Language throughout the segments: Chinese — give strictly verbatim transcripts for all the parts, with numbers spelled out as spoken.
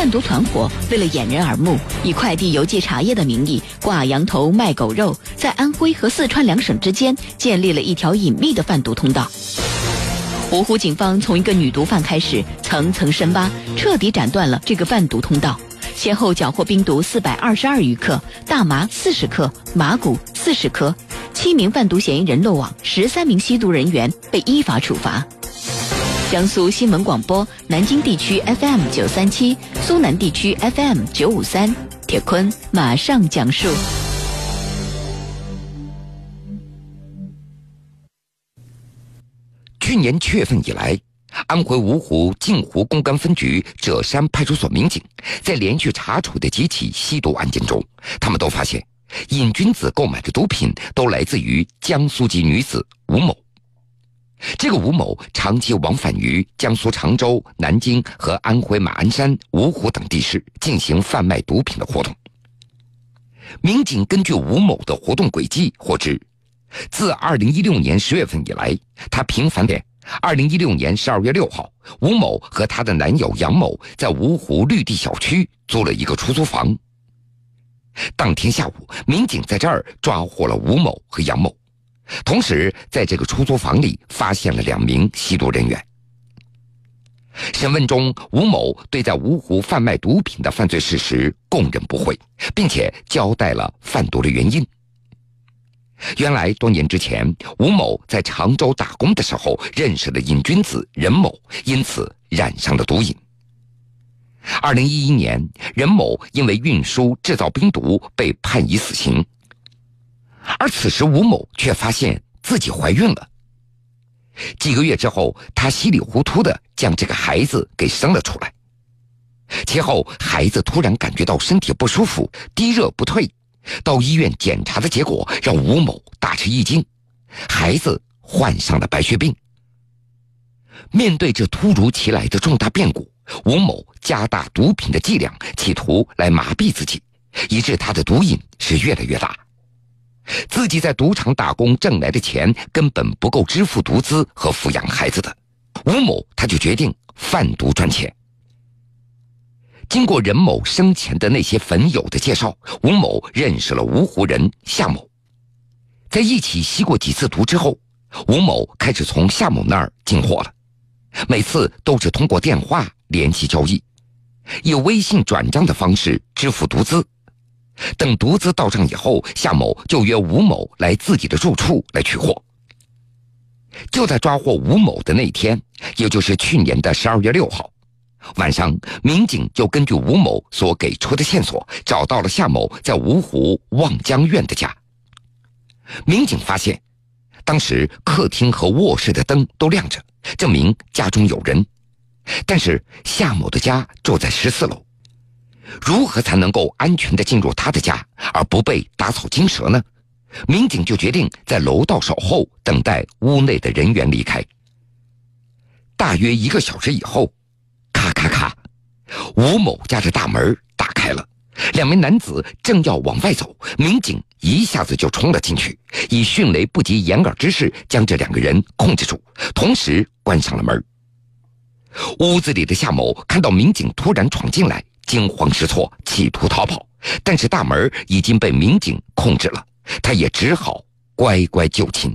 贩毒团伙为了掩人耳目，以快递邮寄茶叶的名义挂羊头卖狗肉，在安徽和四川两省之间建立了一条隐秘的贩毒通道。芜湖警方从一个女毒贩开始，层层深挖，彻底斩断了这个贩毒通道，先后缴获冰毒四百二十二余克、大麻四十克、麻古四十颗，七名贩毒嫌疑人落网，十三名吸毒人员被依法处罚。江苏新闻广播南京地区 F M 九三七，苏南地区 F M 九五三，铁坤马上讲述。 去年七月份以来，安徽芜湖镜湖公安分局赭山派出所民警在连续查处的几起吸毒案件中，他们都发现瘾君子购买的毒品都来自于江苏籍女子吴某。这个吴某长期往返于江苏常州、南京和安徽马鞍山、芜湖等地市进行贩卖毒品的活动。民警根据吴某的活动轨迹获知，自二零一六年十月份以来，他频繁地二零一六年十二月六号，吴某和她的男友杨某在芜湖绿地小区租了一个出租房。当天下午，民警在这儿抓获了吴某和杨某，同时在这个出租房里发现了两名吸毒人员。审问中，吴某对在芜湖贩卖毒品的犯罪事实供认不讳，并且交代了贩毒的原因。原来多年之前，吴某在常州打工的时候认识了瘾君子任某，因此染上了毒瘾。二零一一年，任某因为运输制造冰毒被判以死刑，而此时吴某却发现自己怀孕了。几个月之后，她稀里糊涂地将这个孩子给生了出来。其后，孩子突然感觉到身体不舒服，低热不退，到医院检查的结果让吴某大吃一惊，孩子患上了白血病。面对这突如其来的重大变故，吴某加大毒品的剂量，企图来麻痹自己，以致他的毒瘾是越来越大。自己在赌场打工挣来的钱根本不够支付毒资和抚养孩子的，吴某他就决定贩毒赚钱。经过任某生前的那些粉友的介绍，吴某认识了芜湖人夏某。在一起吸过几次毒之后，吴某开始从夏某那儿进货了，每次都是通过电话联系交易，以微信转账的方式支付毒资。等毒资到账以后，夏某就约吴某来自己的住处来取货。就在抓获吴某的那天，也就是去年的十二月六号晚上，民警就根据吴某所给出的线索，找到了夏某在芜湖望江苑的家。民警发现，当时客厅和卧室的灯都亮着，证明家中有人。但是夏某的家住在十四楼，如何才能够安全地进入他的家，而不被打草惊蛇呢？民警就决定在楼道守候，等待屋内的人员离开。大约一个小时以后，咔咔咔，吴某家的大门打开了，两名男子正要往外走，民警一下子就冲了进去，以迅雷不及掩耳之势将这两个人控制住，同时关上了门。屋子里的夏某看到民警突然闯进来，惊慌失措，企图逃跑，但是大门已经被民警控制了，他也只好乖乖就擒。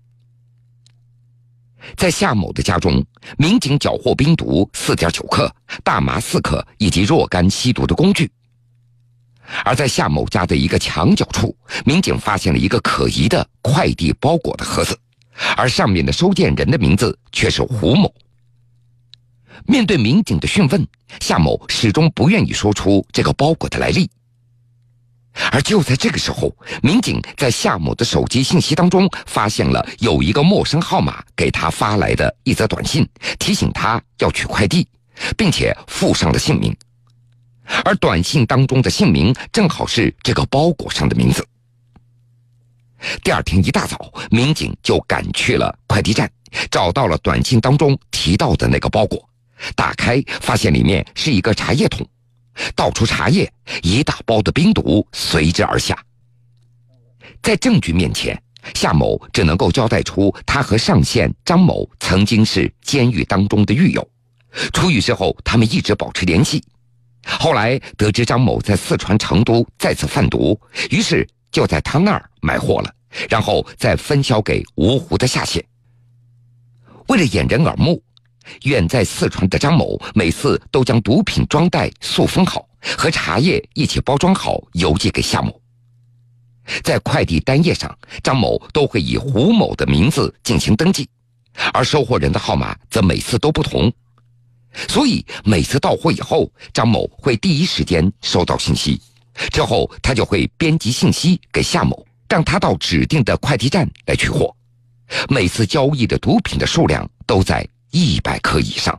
在夏某的家中，民警缴获冰毒 四点九克、大麻四克以及若干吸毒的工具。而在夏某家的一个墙角处，民警发现了一个可疑的快递包裹的盒子，而上面的收件人的名字却是胡某。面对民警的讯问，夏某始终不愿意说出这个包裹的来历。而就在这个时候，民警在夏某的手机信息当中发现了有一个陌生号码给他发来的一则短信，提醒他要取快递，并且附上了姓名。而短信当中的姓名正好是这个包裹上的名字。第二天一大早，民警就赶去了快递站，找到了短信当中提到的那个包裹，打开发现里面是一个茶叶桶，倒出茶叶，一大包的冰毒随之而下。在证据面前，夏某只能够交代出他和上线张某曾经是监狱当中的狱友，出狱之后他们一直保持联系。 后来得知张某在四川成都再次贩毒，于是就在他那儿买货了，然后再分销给芜湖的下线。为了掩人耳目，远在四川的张某每次都将毒品装袋塑封好，和茶叶一起包装好邮寄给夏某。在快递单页上，张某都会以胡某的名字进行登记，而收货人的号码则每次都不同。所以每次到货以后，张某会第一时间收到信息，之后他就会编辑信息给夏某，让他到指定的快递站来取货。每次交易的毒品的数量都在一百克以上。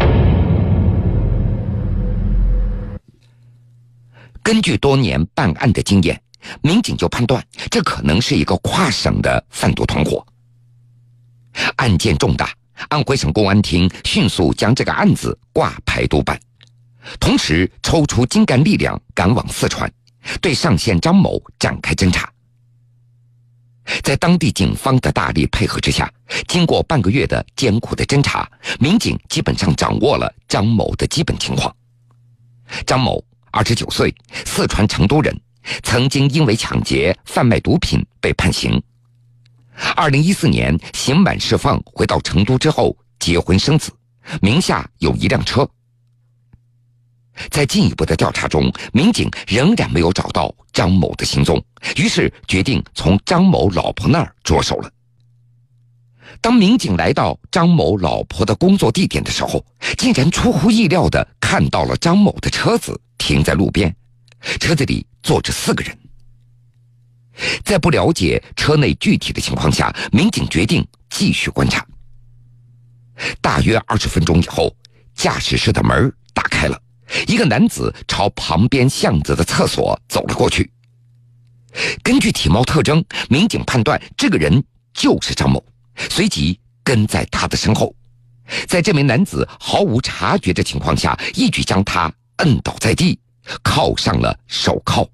根据多年办案的经验，民警就判断这可能是一个跨省的贩毒团伙。案件重大，安徽省公安厅迅速将这个案子挂牌督办，同时抽出精干力量赶往四川，对上线张某展开侦查。在当地警方的大力配合之下，经过半个月的艰苦的侦查，民警基本上掌握了张某的基本情况。张某二十九岁，四川成都人，曾经因为抢劫、贩卖毒品被判刑。二零一四年刑满释放，回到成都之后结婚生子，名下有一辆车。在进一步的调查中，民警仍然没有找到张某的行踪，于是决定从张某老婆那儿着手了。当民警来到张某老婆的工作地点的时候，竟然出乎意料地看到了张某的车子停在路边，车子里坐着四个人。在不了解车内具体的情况下，民警决定继续观察。大约二十分钟以后，驾驶室的门打开了，一个男子朝旁边巷子的厕所走了过去。根据体貌特征，民警判断这个人就是张某，随即跟在他的身后，在这名男子毫无察觉的情况下，一举将他摁倒在地，铐上了手铐。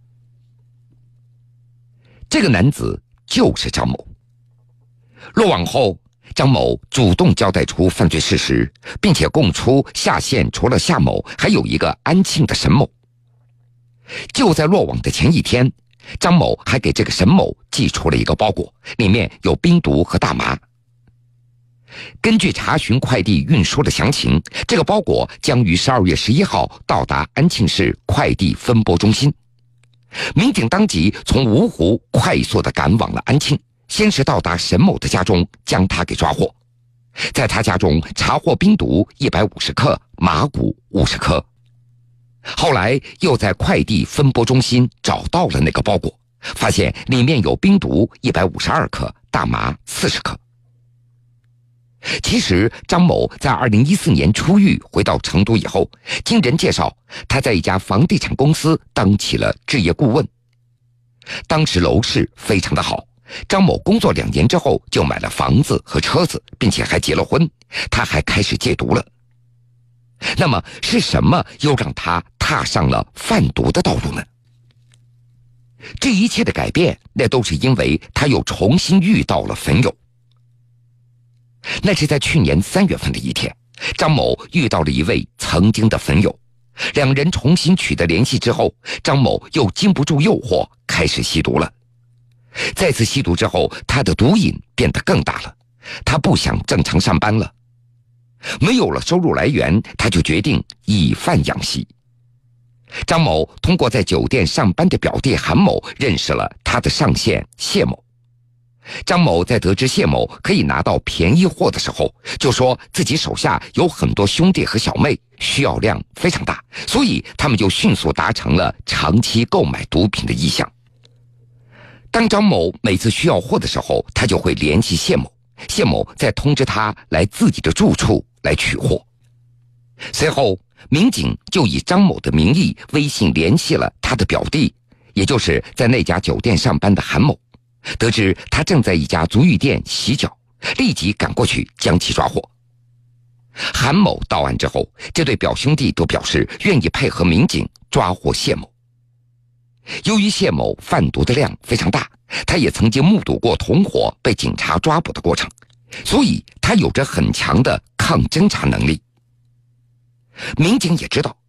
这个男子就是张某。落网后，张某主动交代出犯罪事实，并且供出下线除了夏某，还有一个安庆的沈某。就在落网的前一天，张某还给这个沈某寄出了一个包裹，里面有冰毒和大麻。根据查询快递运输的详情，这个包裹将于十二月十一号到达安庆市快递分拨中心。民警当即从芜湖快速地赶往了安庆，先是到达沈某的家中，将他给抓获。在他家中查获冰毒一百五十克，麻古五十克。后来又在快递分拨中心找到了那个包裹，发现里面有冰毒一百五十二克，大麻四十克。其实张某在二零一四年出狱回到成都以后，经人介绍，他在一家房地产公司当起了置业顾问。当时楼市非常的好，张某工作两年之后就买了房子和车子，并且还结了婚，他还开始戒毒了。那么是什么又让他踏上了贩毒的道路呢？这一切的改变，那都是因为他又重新遇到了汾友。那是在去年三月份的一天，张某遇到了一位曾经的汾友，两人重新取得联系之后，张某又经不住诱惑，开始吸毒了。再次吸毒之后，他的毒瘾变得更大了，他不想正常上班了。没有了收入来源，他就决定以贩养吸。张某通过在酒店上班的表弟韩某认识了他的上线谢某。张某在得知谢某可以拿到便宜货的时候，就说自己手下有很多兄弟和小妹，需要量非常大，所以他们就迅速达成了长期购买毒品的意向。当张某每次需要货的时候，他就会联系谢某，谢某再通知他来自己的住处来取货。随后民警就以张某的名义微信联系了他的表弟，也就是在那家酒店上班的韩某，得知他正在一家足浴店洗脚，立即赶过去将其抓获。韩某到案之后，这对表兄弟都表示愿意配合民警抓获谢某。由于谢某贩毒的量非常大，他也曾经目睹过同伙被警察抓捕的过程，所以他有着很强的抗侦查能力。民警也知道，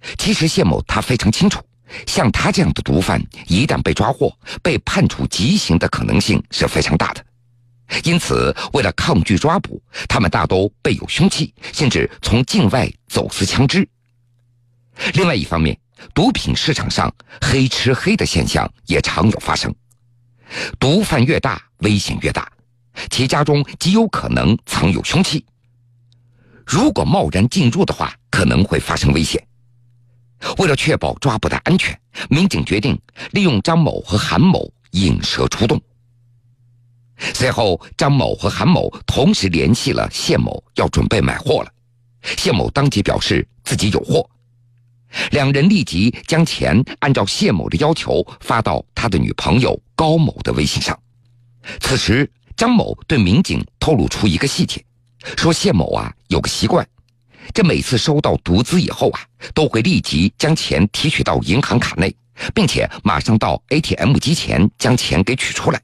其实谢某他非常清楚，像他这样的毒贩一旦被抓获，被判处极刑的可能性是非常大的。因此为了抗拒抓捕，他们大都备有凶器，甚至从境外走私枪支。另外一方面，毒品市场上黑吃黑的现象也常有发生。毒贩越大，危险越大，其家中极有可能藏有凶器。如果贸然进入的话，可能会发生危险。为了确保抓捕的安全，民警决定利用张某和韩某引蛇出洞。随后，张某和韩某同时联系了谢某，要准备买货了。谢某当即表示自己有货，两人立即将钱按照谢某的要求发到他的女朋友高某的微信上。此时，张某对民警透露出一个细节，说谢某啊有个习惯，这每次收到毒资以后啊，都会立即将钱提取到银行卡内，并且马上到 A T M 机前将钱给取出来。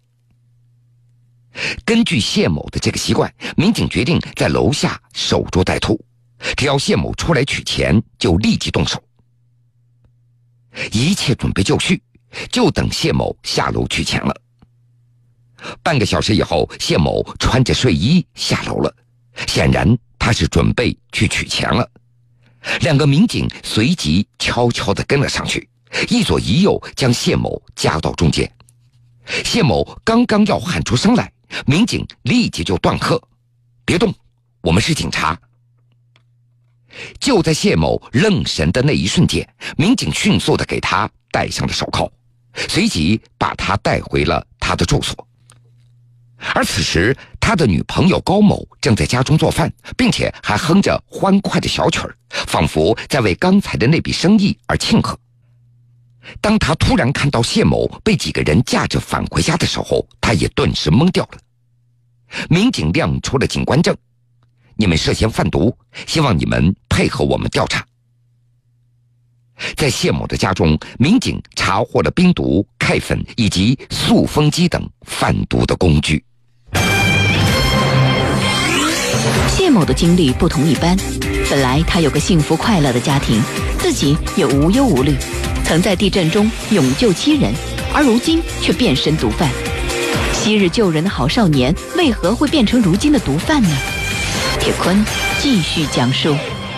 根据谢某的这个习惯，民警决定在楼下守株待兔，只要谢某出来取钱，就立即动手。一切准备就绪，就等谢某下楼取钱了。半个小时以后，谢某穿着睡衣下楼了，显然他是准备去取钱了。两个民警随即悄悄地跟了上去，一左一右将谢某夹到中间。谢某刚刚要喊出声来，民警立即就断喝：“别动，我们是警察。”就在谢某愣神的那一瞬间，民警迅速地给他戴上了手铐，随即把他带回了他的住所。而此时，他的女朋友高某正在家中做饭，并且还哼着欢快的小曲儿，仿佛在为刚才的那笔生意而庆贺。当他突然看到谢某被几个人架着返回家的时候，他也顿时懵掉了。民警亮出了警官证，你们涉嫌贩毒，希望你们配合我们调查。在谢某的家中，民警查获了冰毒、开粉以及塑封机等贩毒的工具。 谢某的经历不同一般，本来他有个幸福快乐的家庭，自己也无忧无虑，曾在地震中勇救七人，而如今却变身毒贩。昔日救人的好少年，为何会变成如今的毒贩呢？铁坤继续讲述。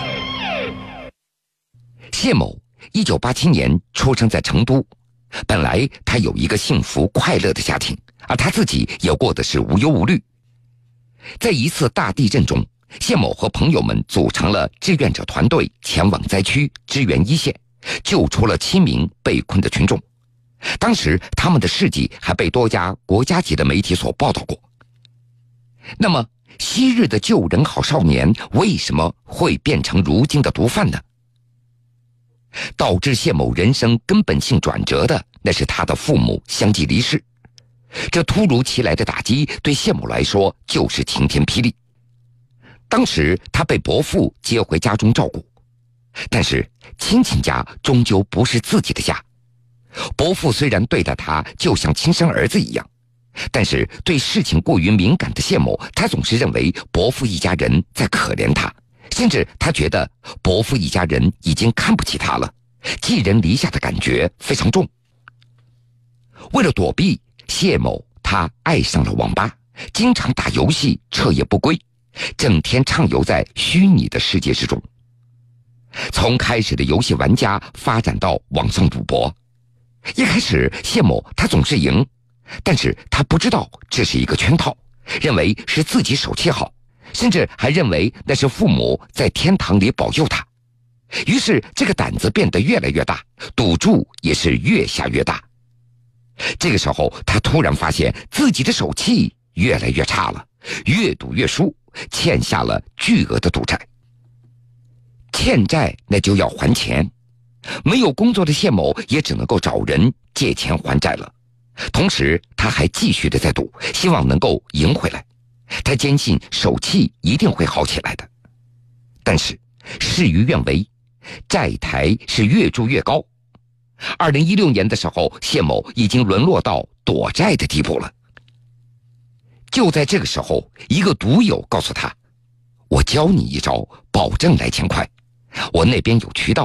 谢某一九八七年出生在成都，本来他有一个幸福快乐的家庭，而他自己也过得是无忧无虑。在一次大地震中，谢某和朋友们组成了志愿者团队，前往灾区支援一线，救出了七名被困的群众。当时他们的事迹还被多家国家级的媒体所报道过。那么昔日的救人好少年为什么会变成如今的毒贩呢？导致谢某人生根本性转折的，那是他的父母相继离世。这突如其来的打击对谢某来说就是晴天霹雳。当时他被伯父接回家中照顾，但是亲戚家终究不是自己的家。伯父虽然对待他就像亲生儿子一样，但是对事情过于敏感的谢某，他总是认为伯父一家人在可怜他，甚至他觉得伯父一家人已经看不起他了，寄人篱下的感觉非常重。为了躲避谢某，他爱上了网吧，经常打游戏，彻夜不归，整天畅游在虚拟的世界之中。从开始的游戏玩家发展到网上赌博，一开始谢某他总是赢，但是他不知道这是一个圈套，认为是自己手气好，甚至还认为那是父母在天堂里保佑他。于是这个胆子变得越来越大，赌注也是越下越大。这个时候他突然发现自己的手气越来越差了，越赌越输，欠下了巨额的赌债。欠债那就要还钱，没有工作的谢某也只能够找人借钱还债了。同时他还继续的在赌，希望能够赢回来。他坚信手气一定会好起来的。但是事与愿违，债台是越筑越高。二零一六年的时候，谢某已经沦落到躲债的地步了。就在这个时候，一个赌友告诉他，我教你一招，保证来钱快，我那边有渠道，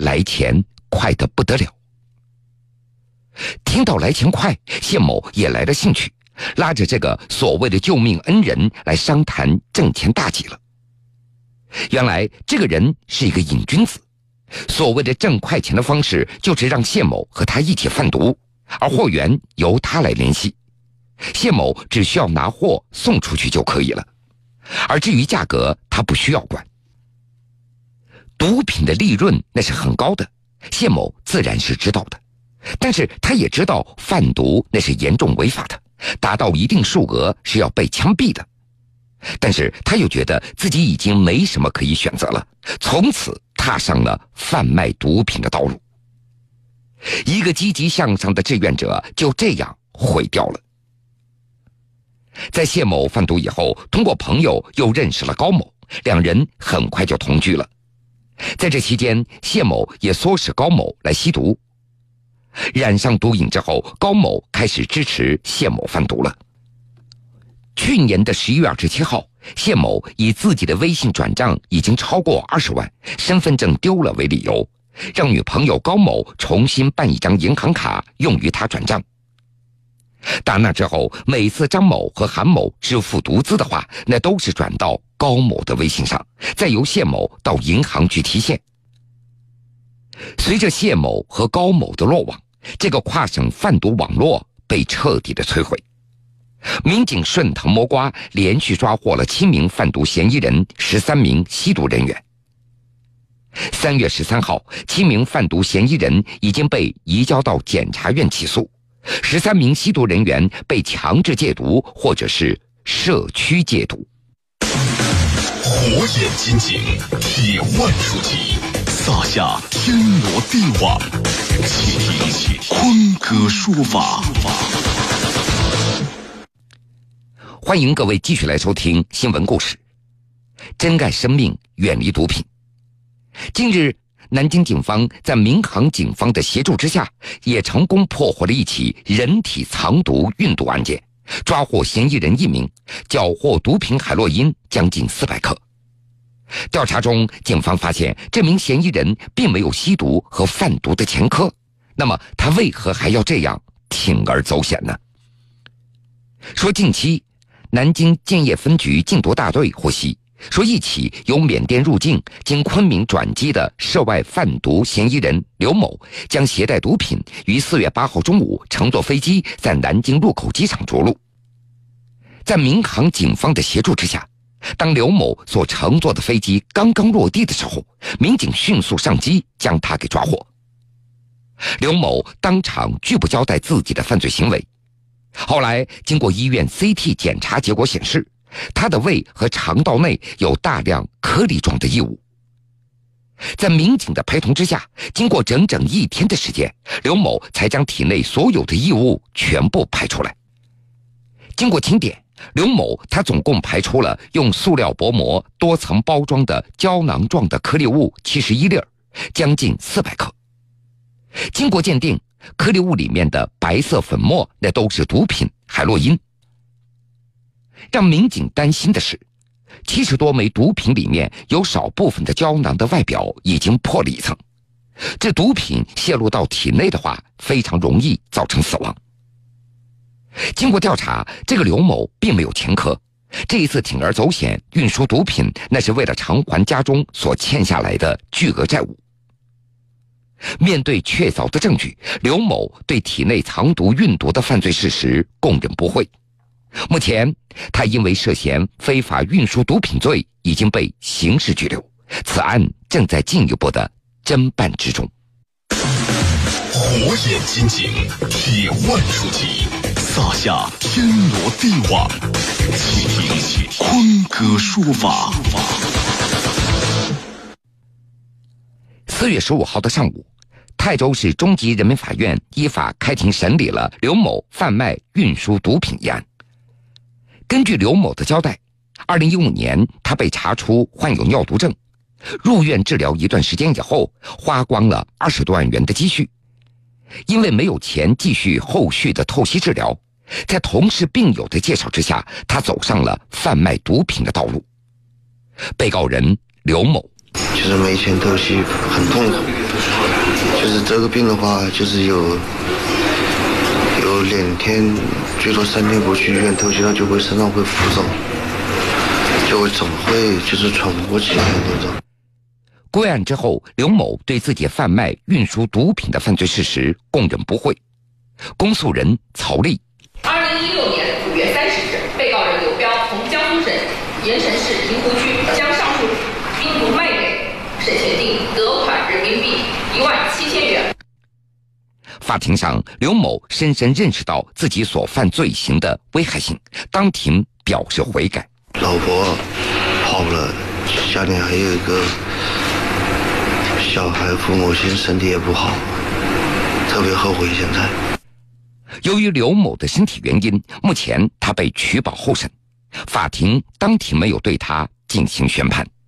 来钱快得不得了。听到来钱快，谢某也来了兴趣，拉着这个所谓的救命恩人来商谈挣钱大计了。原来这个人是一个瘾君子，所谓的挣快钱的方式就是让谢某和他一起贩毒，而货源由他来联系，谢某只需要拿货送出去就可以了，而至于价格他不需要管。毒品的利润那是很高的，谢某自然是知道的，但是他也知道贩毒那是严重违法的，达到一定数额是要被枪毙的。但是他又觉得自己已经没什么可以选择了，从此踏上了贩卖毒品的道路。一个积极向上的志愿者就这样毁掉了。在谢某贩毒以后，通过朋友又认识了高某，两人很快就同居了。在这期间，谢某也唆使高某来吸毒。染上毒瘾之后，高某开始支持谢某贩毒了。去年的十一月二十七号，谢某以自己的微信转账已经超过二十万，身份证丢了为理由，让女朋友高某重新办一张银行卡用于他转账。打那之后，每次张某和韩某支付毒资的话，那都是转到高某的微信上，再由谢某到银行去提现。随着谢某和高某的落网，这个跨省贩毒网络被彻底的摧毁。民警顺藤摸瓜，连续抓获了七名贩毒嫌疑人，十三名吸毒人员。三月十三号，七名贩毒嫌疑人已经被移交到检察院起诉，十三名吸毒人员被强制戒毒或者是社区戒毒。 火眼金睛，铁腕出击，撒下天罗地网，倾听坤哥说法。 欢迎各位继续来收听新闻故事。珍爱生命，远离毒品。近日，南京警方在民航警方的协助之下，也成功破获了一起人体藏毒运毒案件，抓获嫌疑人一名，缴获毒品海洛因将近四百克。调查中，警方发现这名嫌疑人并没有吸毒和贩毒的前科，那么他为何还要这样铤而走险呢？说近期南京建业分局禁毒大队获悉，说一起由缅甸入境经昆明转机的涉外贩毒嫌疑人刘某，将携带毒品于四月八号中午乘坐飞机在南京禄口机场着陆。在民航警方的协助之下，当刘某所乘坐的飞机刚刚落地的时候，民警迅速上机将他给抓获。刘某当场拒不交代自己的犯罪行为。后来经过医院 C T 检查结果显示，他的胃和肠道内有大量颗粒状的异物。在民警的陪同之下，经过整整一天的时间，刘某才将体内所有的异物全部排出来。经过清点，刘某他总共排出了用塑料薄膜多层包装的胶囊状的颗粒物七十一粒，将近四百克。经过鉴定，颗粒物里面的白色粉末那都是毒品海洛因。让民警担心的是，七十多枚毒品里面有少部分的胶囊的外表已经破了一层，这毒品泄露到体内的话，非常容易造成死亡。经过调查，这个刘某并没有前科，这一次铤而走险运输毒品，那是为了偿还家中所欠下来的巨额债务。面对确凿的证据，刘某对体内藏毒运毒的犯罪事实供认不讳。目前他因为涉嫌非法运输毒品罪已经被刑事拘留，此案正在进一步的侦办之中。 火眼金睛，铁腕出击，撒下天罗地网，倾听坤哥说法。 四月十五号的上午，泰州市中级人民法院依法开庭审理了刘某贩卖运输毒品一案。根据刘某的交代，二零一五年他被查出患有尿毒症，入院治疗一段时间以后，花光了二十多万元的积蓄。因为没有钱继续后续的透析治疗，在同事病友的介绍之下，他走上了贩卖毒品的道路。被告人刘某， 就是没钱透析很痛苦。就是这个病的话，就是有有两天最多三天不去医院透析，它就会身上会浮肿，就会总会就是喘不过气来那种。 归案之后，刘某对自己贩卖、运输毒品的犯罪事实供认不讳。公诉人曹丽： 二零一六年五月三十日，被告人刘彪从江苏省盐城市平湖区将上述冰毒卖给沈前定，得款人民币一万七千元。 法庭上，刘某深深认识到自己所犯罪行的危害性，当庭表示悔改。 老婆跑了，家里还有一个小孩，父母亲身体也不好，特别后悔现在。 由于刘某的身体原因，目前他被取保候审，法庭当庭没有对他进行宣判。